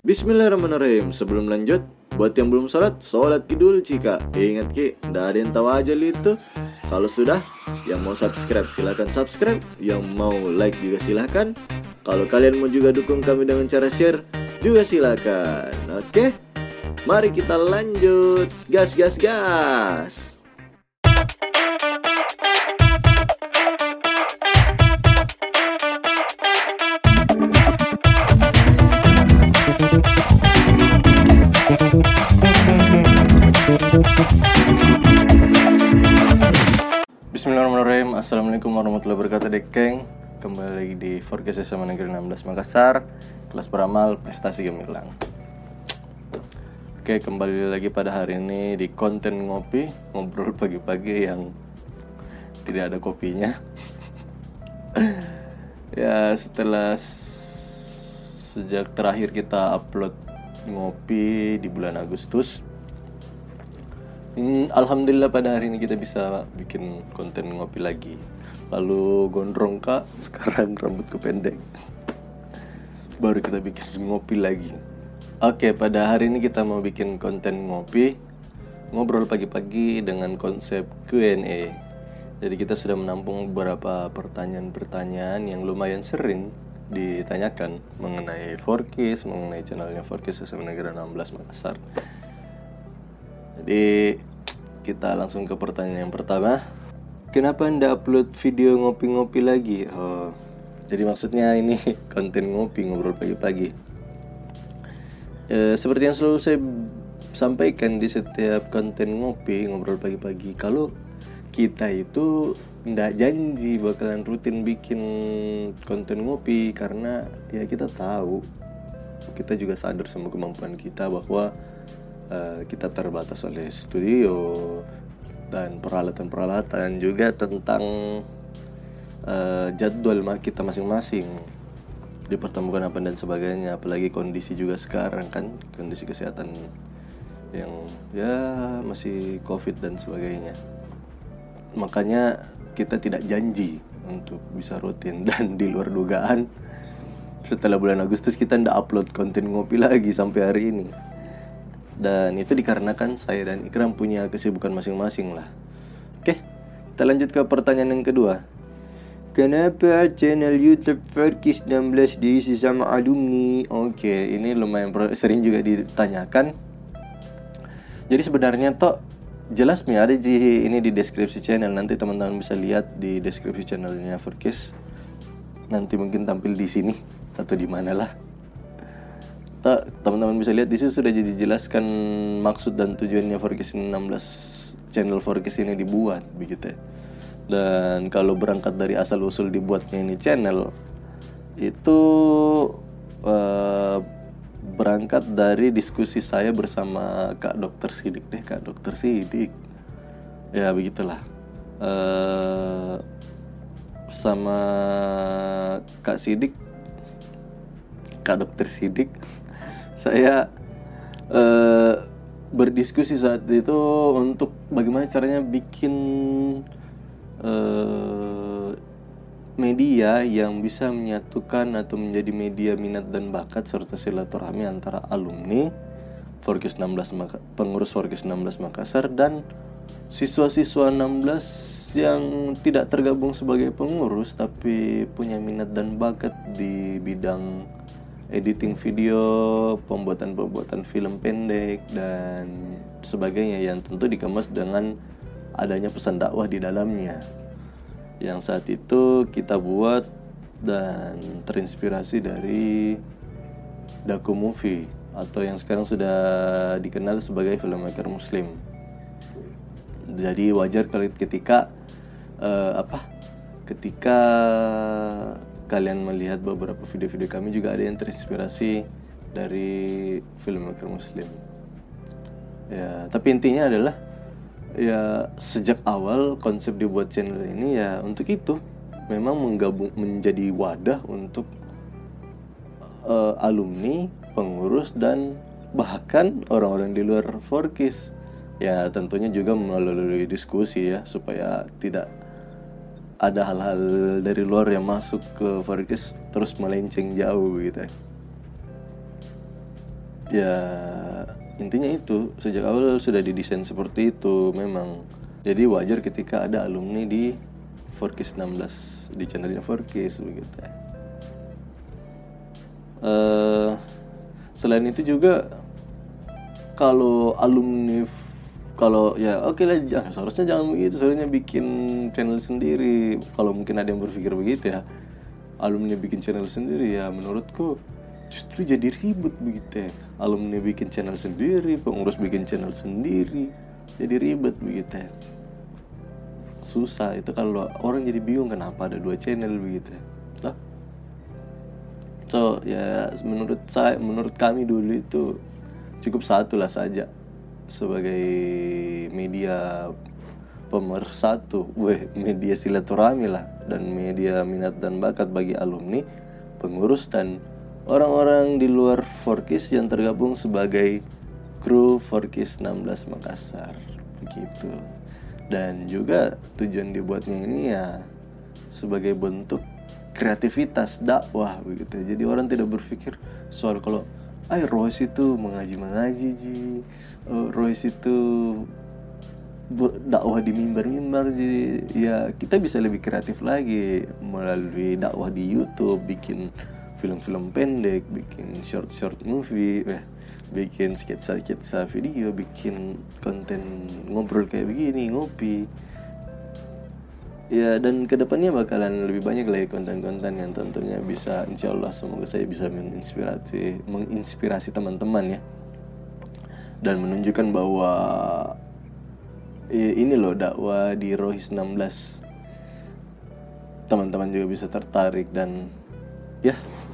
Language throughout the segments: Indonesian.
Bismillahirrahmanirrahim. Sebelum lanjut, buat yang belum sholat dulu cika. Ingat ki, nggak ada yang tahu aja itu. Kalau sudah, yang mau subscribe silahkan subscribe. Yang mau like juga silahkan. Kalau kalian mau juga dukung kami dengan cara share, juga silahkan. Oke, mari kita lanjut. Gas. Bismillahirrahmanirrahim. Assalamualaikum warahmatullahi wabarakatuh, Dekeng. Kembali lagi di Forecast SMA Negeri 16 Makassar, kelas beramal prestasi gemilang. Oke, kembali lagi pada hari ini di konten ngopi, ngobrol pagi-pagi yang tidak ada kopinya. Ya, setelah sejak terakhir kita upload ngopi di bulan Agustus, alhamdulillah pada hari ini kita bisa bikin konten ngopi lagi. Lalu gondrong kak, sekarang rambutku pendek. Baru kita bikin ngopi lagi. Oke, pada hari ini kita mau bikin konten ngopi, ngobrol pagi-pagi dengan konsep Q&A. Jadi kita sudah menampung beberapa pertanyaan-pertanyaan yang lumayan sering ditanyakan mengenai Forecast, mengenai channelnya Forecast SMA Negeri 16 Makassar. Jadi kita langsung ke pertanyaan yang pertama. Kenapa Anda upload video ngopi-ngopi lagi? Jadi maksudnya ini konten ngopi, ngobrol pagi-pagi. Seperti yang selalu saya sampaikan di setiap konten ngopi, ngobrol pagi-pagi, kalau kita itu nggak janji bakalan rutin bikin konten ngopi, karena ya kita tahu, kita juga sadar sama kemampuan kita bahwa kita terbatas oleh studio dan peralatan juga tentang jadwal kita masing-masing, dipertemukan apa dan sebagainya. Apalagi kondisi juga sekarang kan, kondisi kesehatan yang ya masih COVID dan sebagainya. Makanya kita tidak janji untuk bisa rutin, dan di luar dugaan setelah bulan Agustus kita tidak upload konten ngopi lagi sampai hari ini. Dan itu dikarenakan saya dan Ikram punya kesibukan masing-masing lah. Oke, kita lanjut ke pertanyaan yang kedua. Kenapa channel YouTube Forecast 16 diisi sama alumni? Oke, ini lumayan sering juga ditanyakan. Jadi sebenarnya toh jelas nih ada ini di deskripsi channel. Nanti teman-teman bisa lihat di deskripsi channelnya Forecast. Nanti mungkin tampil di sini atau di mana lah. Teman-teman bisa lihat di situ sudah dijelaskan maksud dan tujuannya Forecast 16, channel Forecast ini dibuat begitu ya. Dan kalau berangkat dari asal usul dibuatnya ini channel itu berangkat dari diskusi saya bersama Kak Dokter Sidik. Ya begitulah. Sama Kak Dokter Sidik, saya berdiskusi saat itu untuk bagaimana caranya bikin media yang bisa menyatukan atau menjadi media minat dan bakat serta silaturahmi antara alumni Forecast 16 pengurus Forecast 16 Makassar dan siswa-siswa 16 yang tidak tergabung sebagai pengurus tapi punya minat dan bakat di bidang editing video, pembuatan film pendek dan sebagainya, yang tentu dikemas dengan adanya pesan dakwah di dalamnya, yang saat itu kita buat dan terinspirasi dari Daku Movie atau yang sekarang sudah dikenal sebagai filmmaker muslim. Jadi wajar kalau ketika kalian melihat beberapa video-video kami juga ada yang terinspirasi dari filmmaker muslim. Ya, tapi intinya adalah ya sejak awal konsep dibuat channel ini ya untuk itu, memang menjadi wadah untuk alumni, pengurus dan bahkan orang-orang di luar Forecast. Ya tentunya juga melalui diskusi ya, supaya tidak ada hal-hal dari luar yang masuk ke Forecast terus melenceng jauh gitu. Ya intinya itu, sejak awal sudah didesain seperti itu memang. Jadi wajar ketika ada alumni di Forkis 16, di channelnya Forkis begitu. Selain itu juga kalau alumni, kalau ya oke lah, seharusnya jangan begitu, seharusnya bikin channel sendiri. Kalau mungkin ada yang berpikir begitu ya, alumni bikin channel sendiri, ya menurutku justru jadi ribut begitu ya. Alumni bikin channel sendiri, pengurus bikin channel sendiri, jadi ribet begitu ya. Susah itu kalau orang jadi bingung kenapa ada 2 channel begitu ya. Lah. So ya menurut kami dulu itu cukup satu lah saja sebagai media pemersatu, media silaturahmi lah, dan media minat dan bakat bagi alumni, pengurus, dan orang-orang di luar Forkis yang tergabung sebagai kru Forkis 16 Makassar begitu. Dan juga tujuan dibuatnya ini ya sebagai bentuk kreativitas dakwah begitu. Jadi orang tidak berpikir soal kalau Royce itu mengaji ji, Royce itu dakwah di mimbar-mimbar. Jadi ya kita bisa lebih kreatif lagi melalui dakwah di YouTube, bikin film-film pendek, bikin short movie, bikin sketsa video, bikin konten ngobrol kayak begini, ngopi. Ya, dan kedepannya bakalan lebih banyak lagi konten-konten yang tentunya bisa, insyaallah semoga saya bisa menginspirasi teman-teman ya, dan menunjukkan bahwa ini loh dakwah di Rohis 16. Teman-teman juga bisa tertarik, dan ya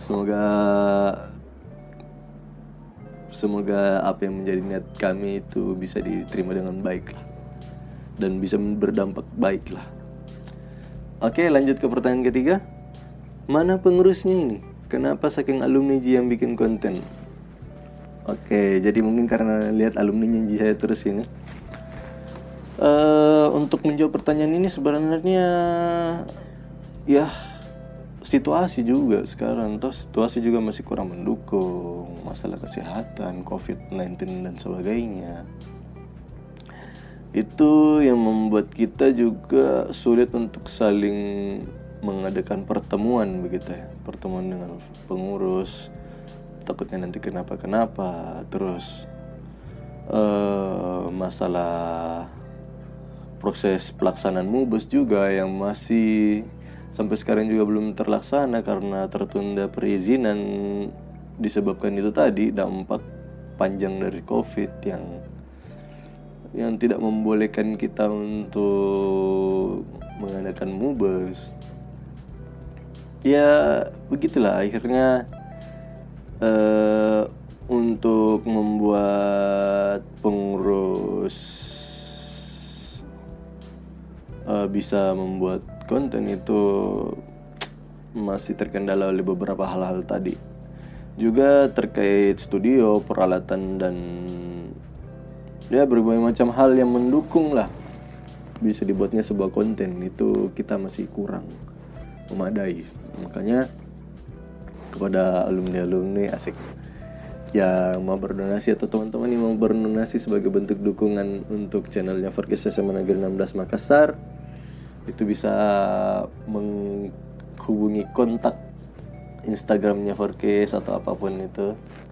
semoga apa yang menjadi niat kami itu bisa diterima dengan baik lah, dan bisa berdampak baik lah. Oke, lanjut ke pertanyaan ketiga. Mana pengurusnya ini? Kenapa saking alumni Ji yang bikin konten? Oke, jadi mungkin karena lihat alumninya Ji saya terus ini. Untuk menjawab pertanyaan ini sebenarnya ya situasi juga sekarang, situasi juga masih kurang mendukung, masalah kesehatan, COVID-19 dan sebagainya. Itu yang membuat kita juga sulit untuk saling mengadakan pertemuan begitu ya. Pertemuan dengan pengurus, takutnya nanti kenapa-kenapa. Terus masalah proses pelaksanaan MUBES juga yang masih sampai sekarang juga belum terlaksana karena tertunda perizinan, disebabkan itu tadi dampak panjang dari COVID yang tidak membolehkan kita untuk mengadakan MUBES. Ya begitulah akhirnya untuk membuat pengurus bisa membuat konten itu masih terkendala oleh beberapa hal-hal tadi. Juga terkait studio, peralatan, dan ya berbagai macam hal yang mendukung lah bisa dibuatnya sebuah konten, itu kita masih kurang memadai. Makanya kepada alumni asik yang mau berdonasi atau teman-teman yang mau berdonasi sebagai bentuk dukungan untuk channelnya Forkis SMA Negeri 16 Makassar, itu bisa menghubungi kontak Instagramnya Forkis atau apapun itu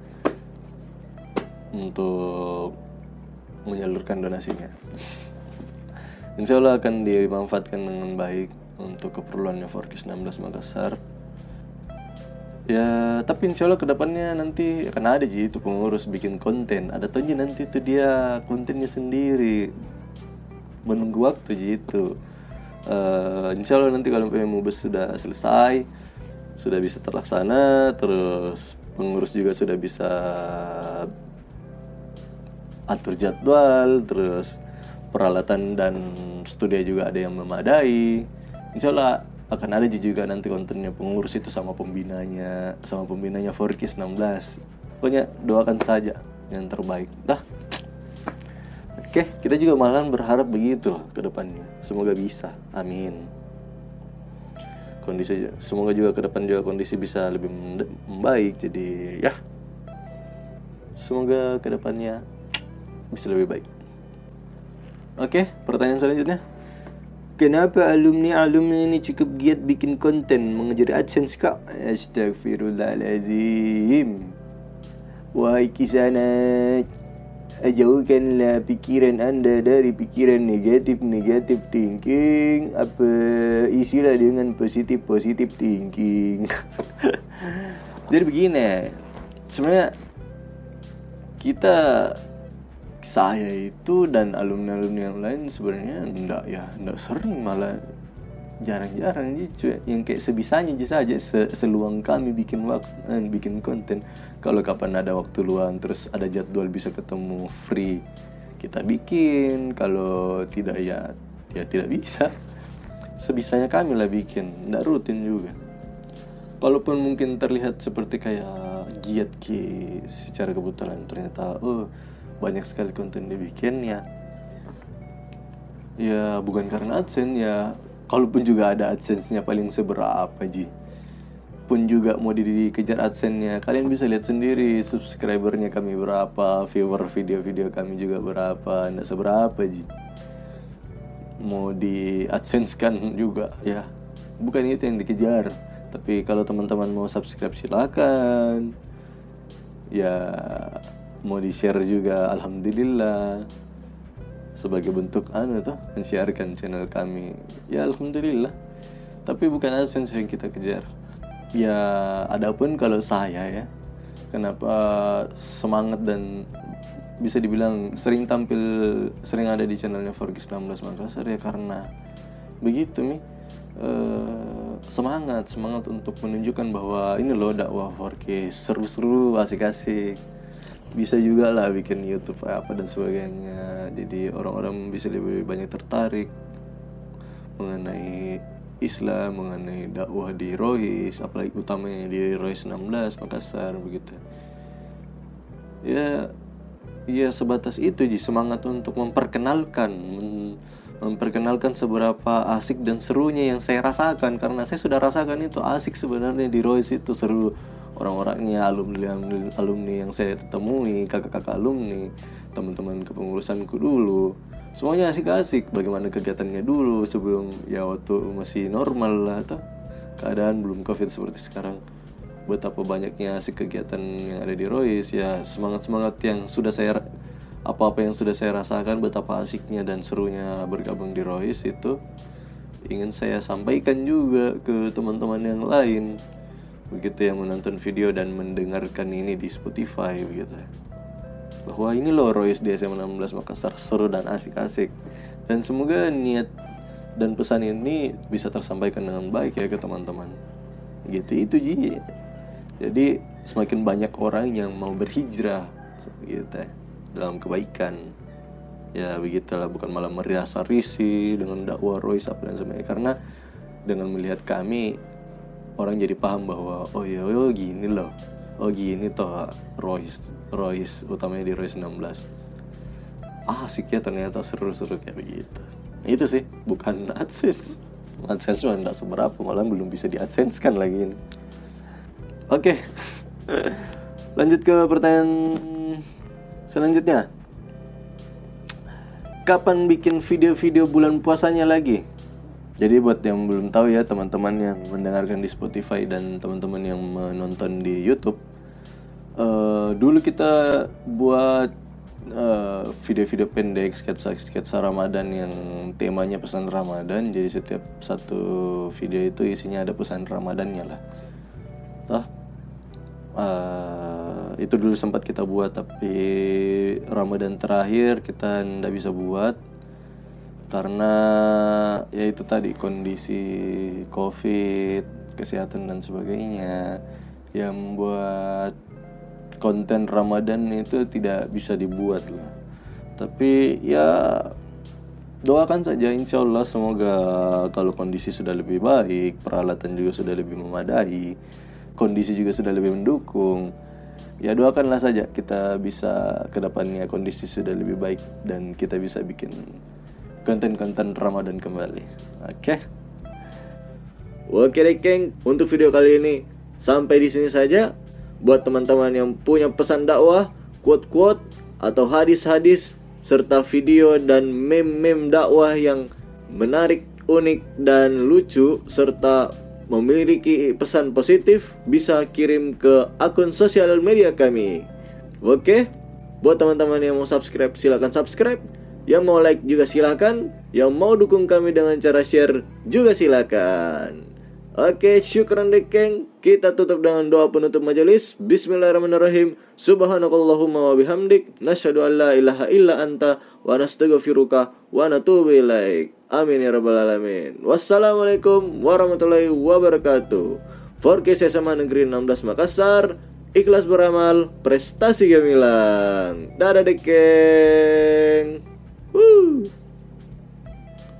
untuk menyalurkan donasinya. Insya Allah akan dimanfaatkan dengan baik untuk keperluannya Forkis 16 Makassar. Ya, tapi insya Allah kedepannya nanti akan ada itu pengurus bikin konten. Ada tuh nanti itu dia kontennya sendiri. Menunggu waktu itu. Insya Allah nanti kalau MUBES sudah selesai, sudah bisa terlaksana, terus pengurus juga sudah bisa atur jadwal, terus peralatan dan studio juga ada yang memadai. Insya Allah akan ada juga nanti kontennya pengurus itu sama pembinanya Forkis 16. Pokoknya doakan saja yang terbaik. Oke, kita juga malahan berharap begitu ke depannya. Semoga bisa. Amin. Semoga juga ke depan juga kondisi bisa lebih membaik. Jadi ya, semoga kedepannya bisa lebih baik. Oke, pertanyaan selanjutnya. Kenapa alumni ini cukup giat bikin konten mengejar AdSense kak? Astagfirullahaladzim. Wahai kisanat, jauhkanlah pikiran anda dari pikiran negatif thinking. Apa isilah dengan positif thinking. Jadi begini, sebenarnya saya itu dan alumni yang lain sebenarnya enggak sering, malah jarang-jarang gitu, yang kayak sebisanya aja saja, seluang kami bikin konten. Kalau kapan ada waktu luang terus ada jadwal bisa ketemu free, kita bikin. Kalau tidak ya tidak bisa. Sebisanya kami lah bikin, enggak rutin juga. Kalaupun mungkin terlihat seperti kayak giat secara kebetulan, ternyata banyak sekali konten dibikin ya bukan karena AdSense ya. Kalaupun juga ada AdSense-nya paling seberapa pun juga mau dikejar AdSense-nya, kalian bisa lihat sendiri subscribernya kami berapa, viewer video kami juga berapa, enggak seberapa mau di AdSense kan juga ya, bukan itu yang dikejar. Tapi kalau teman-teman mau subscribe silakan ya, mau di-share juga alhamdulillah, sebagai bentuk men-sharekan channel kami ya alhamdulillah. Tapi bukan AdSense yang kita kejar ya. Adapun kalau saya ya, kenapa semangat dan bisa dibilang sering ada di channelnya Forky 19 Makassar ya, karena begitu semangat untuk menunjukkan bahwa ini loh dakwah Forky seru-seru, asik-asik. Bisa juga lah bikin YouTube apa dan sebagainya. Jadi orang-orang bisa lebih banyak tertarik mengenai Islam, mengenai dakwah di Rois, apalagi utamanya di Rois 16 Makassar begitu. Ya sebatas itu semangat untuk memperkenalkan seberapa asik dan serunya yang saya rasakan, karena saya sudah rasakan itu asik sebenarnya di Rois, itu seru. Orang-orangnya, alumni yang saya temui, kakak-kakak alumni, teman-teman kepengurusanku dulu, semuanya asik-asik. Bagaimana kegiatannya dulu sebelum waktu masih normal lah, atau keadaan belum COVID seperti sekarang. Betapa banyaknya asik kegiatan yang ada di Rois ya. Semangat yang sudah saya rasakan, betapa asiknya dan serunya bergabung di Rois, itu ingin saya sampaikan juga ke teman-teman yang lain begitu, yang menonton video dan mendengarkan ini di Spotify begitu, bahwa ini loh Rois di SMA 16 Makassar seru dan asik-asik. Dan semoga niat dan pesan ini bisa tersampaikan dengan baik ya ke teman-teman gitu. Jadi semakin banyak orang yang mau berhijrah gitu dalam kebaikan ya, begitulah. Bukan malah merasa risih dengan dakwah Rois apa dan sebagainya, karena dengan melihat kami, orang jadi paham bahwa gini loh, gini toh Rois utamanya di Rois 16 asik ya, ternyata seru-seru kayak begitu. Itu sih, bukan AdSense mah enggak seberapa, malah belum bisa di AdSense kan lagi ini. Oke. Lanjut ke pertanyaan selanjutnya. Kapan bikin video-video bulan puasanya lagi? Jadi buat yang belum tahu ya, teman-teman yang mendengarkan di Spotify dan teman-teman yang menonton di YouTube, dulu kita buat video-video pendek, sketsa Ramadan yang temanya pesan Ramadan. Jadi setiap satu video itu isinya ada pesan Ramadannya lah. Itu dulu sempat kita buat, tapi Ramadan terakhir kita nggak bisa buat karena ya itu tadi, kondisi COVID, kesehatan dan sebagainya yang membuat konten Ramadan itu tidak bisa dibuat lah. Tapi ya doakan saja, insya Allah semoga kalau kondisi sudah lebih baik, peralatan juga sudah lebih memadai, kondisi juga sudah lebih mendukung, ya doakanlah saja kita bisa kedepannya kondisi sudah lebih baik dan kita bisa bikin konten-konten Ramadan kembali. Oke deh geng, untuk video kali ini sampai di sini saja. Buat teman-teman yang punya pesan dakwah, quote-quote atau hadis-hadis serta video dan meme-meme dakwah yang menarik, unik, dan lucu serta memiliki pesan positif, bisa kirim ke akun sosial media kami. Oke, buat teman-teman yang mau subscribe silakan subscribe, yang mau like juga silakan, yang mau dukung kami dengan cara share juga silakan. Oke, syukran dekeng. Kita tutup dengan doa penutup majelis. Bismillahirrahmanirrahim. Subhanakallahumma wa bihamdik, nasyhadu an la ilaha illa anta wa nastaghfiruka wa natubu ilaik. Amin ya rabbal alamin. Wassalamualaikum warahmatullahi wabarakatuh. Forkes SMA Negeri 16 Makassar, ikhlas beramal, prestasi gemilang. Dadah dekeng. Woo.